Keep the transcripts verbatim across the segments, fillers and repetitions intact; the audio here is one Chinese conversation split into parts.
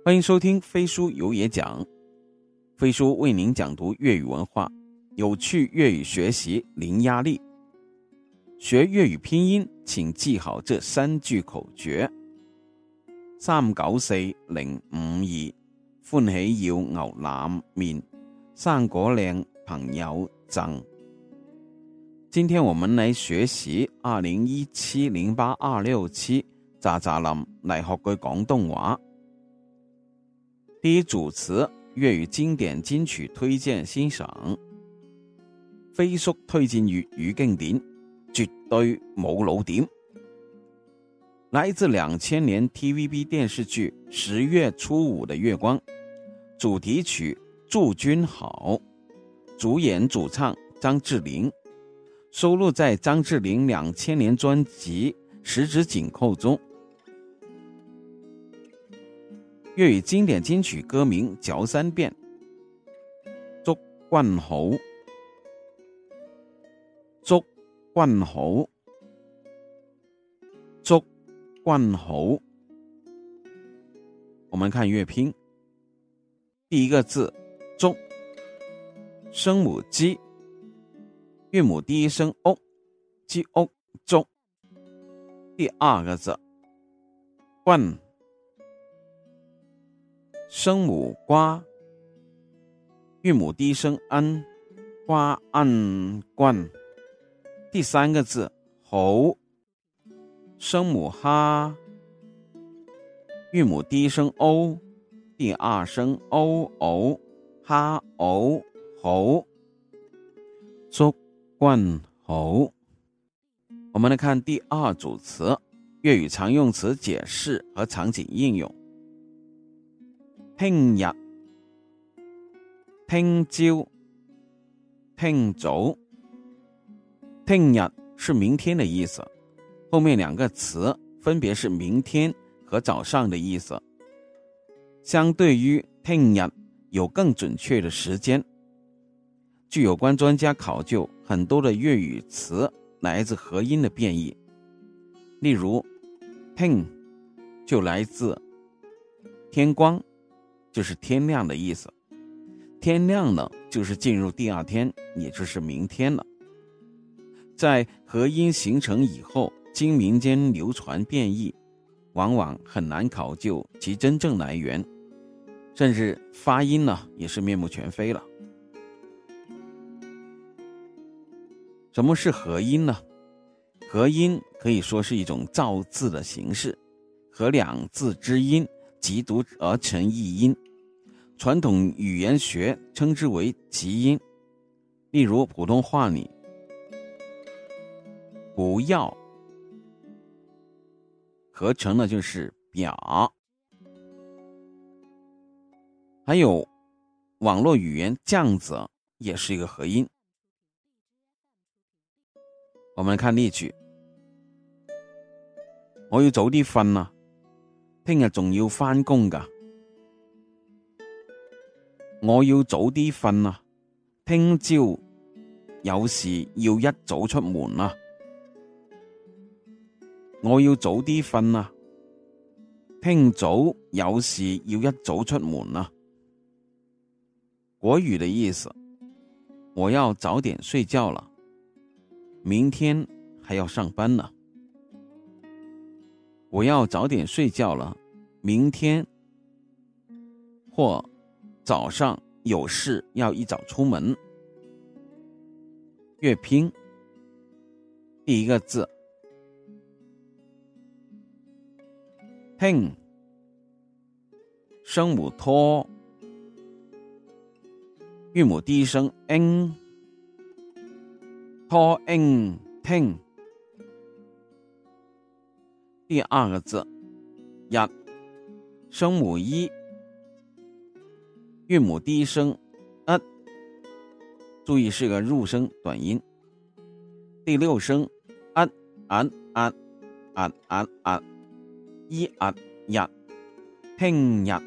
欢迎收听飞书有也讲，飞书为您讲读粤语文化，有趣粤语学习零压力。学粤语拼音，请记好这三句口诀：三九四零五二，歡喜要牛腩麵，生果靚朋友贈。今天我們來學習二零一七零八二六七咋咋林嚟學句廣東話。第一組詞，粵語經典金曲推薦欣賞。飛叔推薦粵語經典，絕對冇老點。來自兩千年 T V B 電視劇《十月初五的月光》，主題曲祝君好，主演主唱張智霖，收錄在張智霖兩千年專輯《十指緊扣》中。粵語經典金曲歌名嚼三遍：祝君好，祝君好，祝君好。我們看粵拼，第一個字祝，聲母雞，韻母第一聲屋，雞屋祝。第二個字君，聲母瓜，韻母第一聲恩，瓜恩君。第三個字好，聲母哈，韻母第一聲歐，第二聲歐歐，哈歐好，祝君好。我們來看第二組詞，粵語常用詞解釋和場景應用。聽日、聽朝、聽早。聽日是明天的意思，後面兩個詞分別是明天和早上的意思。相對於聽日有更準確的時間。據有關專家考究，很多的粵語詞來自合音的變異。例如聽就來自天光，就是天亮的意思，天亮了就是進入第二天，也就是明天了。在合音形成以後，經民間流傳變異，往往很難考究其真正來源，甚至發音呢也是面目全非了。什麼是合音呢？合音可以說是一種造字的形式，合兩字之音集讀而成一音，傳統語言學稱之為集音。例如普通話裡不要合成的就是表，還有網絡語言醬子也是一個合音。我們看例句：我要早啲瞓啦，聽日仲要返工㗎。我要早啲瞓啦，聽朝有事要一早出門啦。我要早啲瞓啦，聽早有事要一早出門啦。國語的意思：我要早點睡覺了，明天還要上班呢。我要早點睡覺了，明天或早上有事要一早出門。粵拼，第一個字聽，聲母拖，韻母第一聲 ng， 拖 ng 聽。第二個字日，聲母一，韻母第一聲 ất， 注意是個入聲短音。第六聲 ất ất ất ất ất ất，一日日，聽日。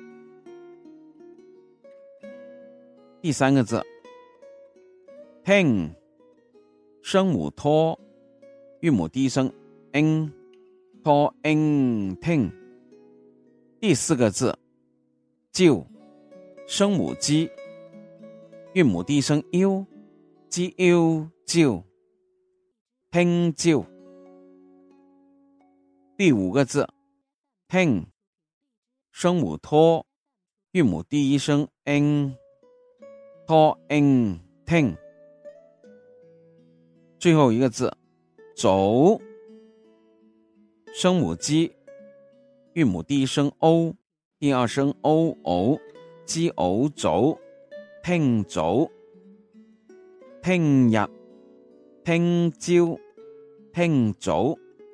第三個字聽，聲母拖，韻母第一聲 ng， 拖 ng 聽。第四個字就，声母鸡，韵母低声 u， 鸡 u 就，聽朝。第五个字聽，声母拖，韵母第一声 n， 拖 n 聽。最后一个字走，声母鸡，韵母第一声 o， 第二声 o o， 鸡 o 走，聽早，聽日，聽朝，聽早。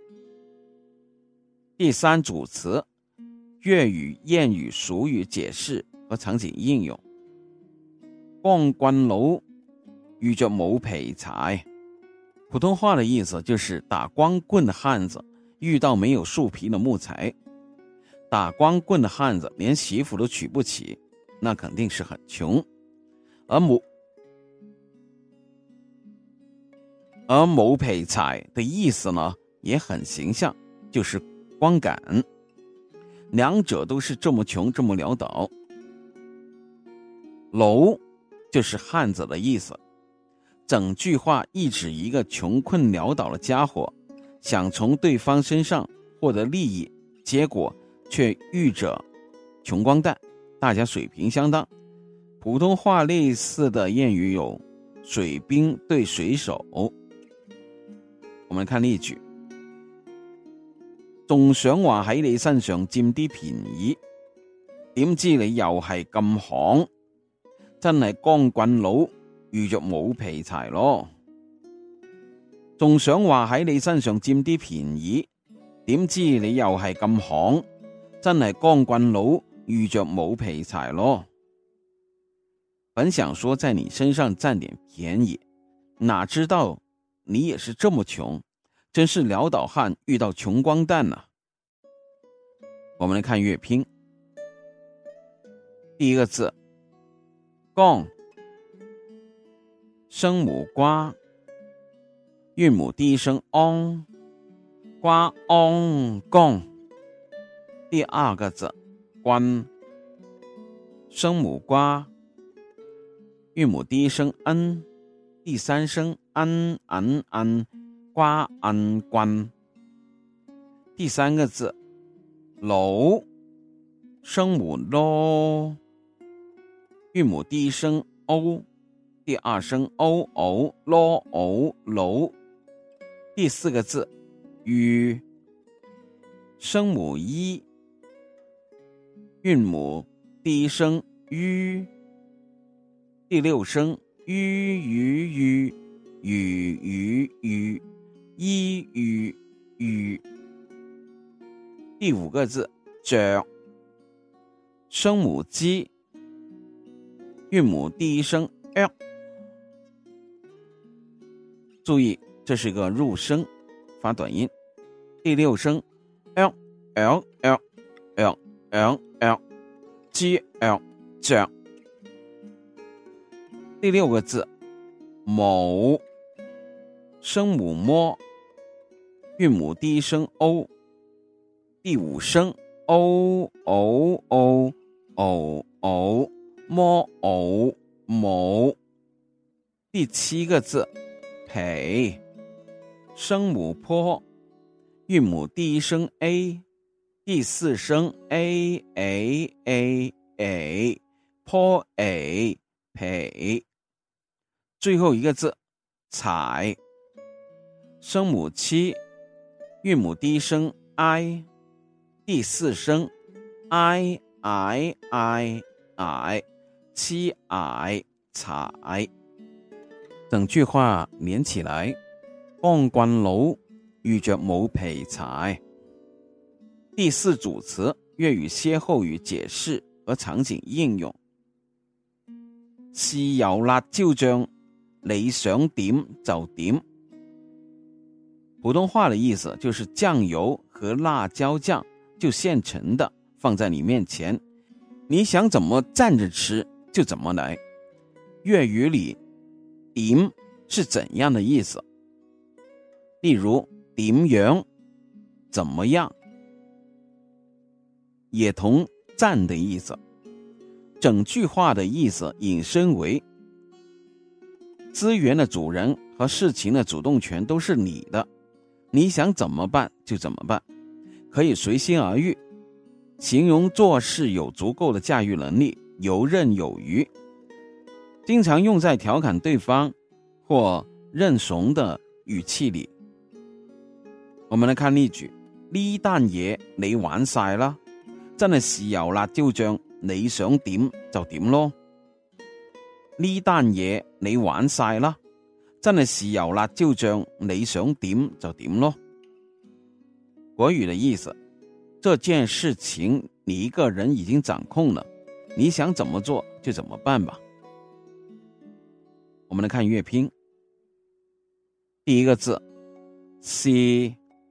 第三组词，粤语、谚语、俗语解释和场景应用。光棍佬遇着冇皮柴，普通话的意思就是打光棍的汉子遇到没有树皮的木材。打光棍的汉子连媳妇都娶不起，那肯定是很穷。而冇而冇皮柴的意思呢，也很形象，就是光杆。两者都是这么穷这么潦倒。佬就是汉子的意思，整句话意指一个穷困潦倒的家伙想从对方身上获得利益，结果却遇着穷光蛋，大家水平相当。普通话类似的谚语有水兵对水手。我们看例句，仲想話喺你身上佔啲便宜，點知你又係咁行，真係光棍佬遇着冇皮柴咯。仲想話喺你身上佔啲便宜，點知你又係咁行，真係光棍佬遇着冇皮柴咯。本想說在你身上佔點便宜，哪知道你也是這麼窮，真是潦倒漢遇到窮光蛋啊。我們來看粵拼，第一個字光，聲母瓜，韻母第一聲 on， 瓜 on 光。第二個字關，聲母瓜，韻母第一聲 n， 第三聲 n n n， 瓜 n 關。第三個字佬，聲母 lo， 韻母第一聲 o， 第二聲 o o lo o 樓。第四個字雨，聲母一，韻母第一聲 u， 第六聲 u 雨雨雨雨雨一雨雨。第五個字着，聲母雞，韻母第一聲 l， 注意這是個入聲發短音。第六聲 l l l l l l g l 着。第六個字某，聲母摸，韻母第一聲 o， 第五聲 o o o o o 摸偶某。第七個字陪，聲母坡，韻母第一聲 a， 第四聲 a a a a 坡 a 陪。最後一個字彩，聲母七，韻母第一聲 i， 第四聲 i i i i 七 i 彩。整句話連起來，光棍佬遇着冇皮柴。第四組詞，粵語歇後語解釋和場景應用。豉油辣椒醬，你想點就點。普通話的意思就是醬油和辣椒醬就現成的放在你面前，你想怎麼蘸着吃就怎麼來。粵語裡點是怎樣的意思，例如點樣怎麼樣也同蘸的意思。 整句话的意思引申为，资源的主人和事情的主动权都是你的，你想怎么办就怎么办，可以随心而欲，形容做事有足够的驾驭能力，游刃有余，经常用在调侃对方或认怂的语气里。我們來看呢句，呢單嘢你玩晒啦，真係豉油辣椒醬，你想點就點咯。呢單嘢你玩晒啦，真係豉油辣椒醬，你想點就點咯。國語的意思，這件事情你一個人已經掌控了，你想怎麼做就怎麼辦吧。我們來看粵拼，第一個字西，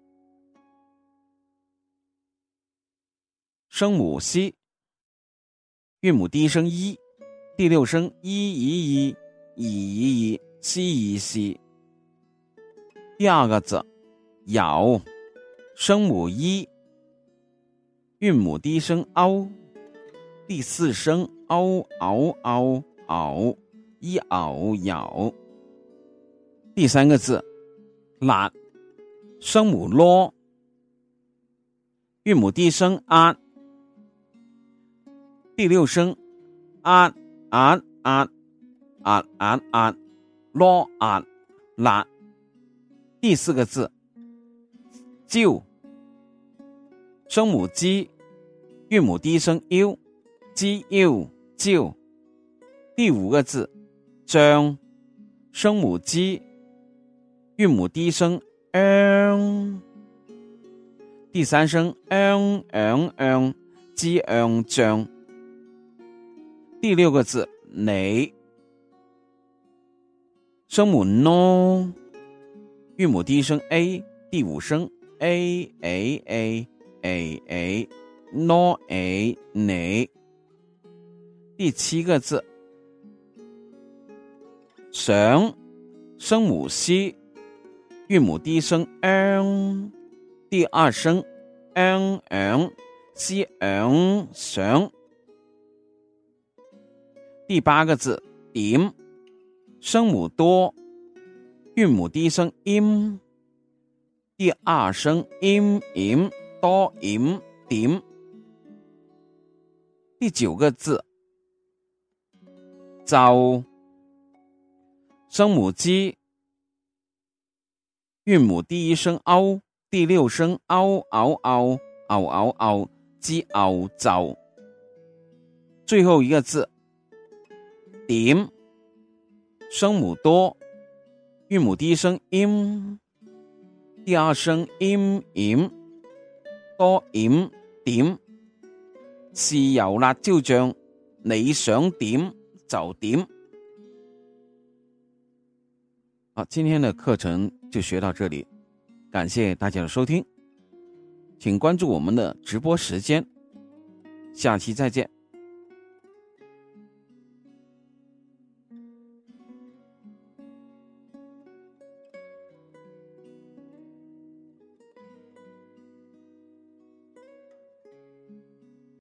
聲母西，韻母第一聲一，第六聲一一一，一一一，西一西。第二個字有，聲母一，韻母第一聲凹，第四聲凹凹凹凹，一凹有。第三個字辣，聲母囉，韻母第一聲啊，第六聲啊啊啊啊啊啊，囉啊辣。第四個字椒，聲母雞，韻母第一聲 u， 雞 u 椒。第五個字醬，聲母雞，韻母第一聲 ang， 第三聲 ang ang ang， 雞 ang 醬。第六個字你，聲母 no， 韻母第一聲 a， 第五聲 a a a a a no a 你。第七個字想，聲母 c， 韻母第一聲 ang， 第二聲 ang ang c ang 想。第八個字點，聲母多，韻母第一聲 im， 第二聲 im im 多 im 點。第九個字就，聲母雞，韻母第一聲凹，第六聲凹凹凹凹凹凹，雞凹就。最後一個字點，聲母多，韻母第一聲 im， 第二聲 im im 多 im 點。豉油辣椒醬，你想點就點。好，今天的課程就學到這裡，感謝大家的收聽，請關注我們的直播時間，下期再見。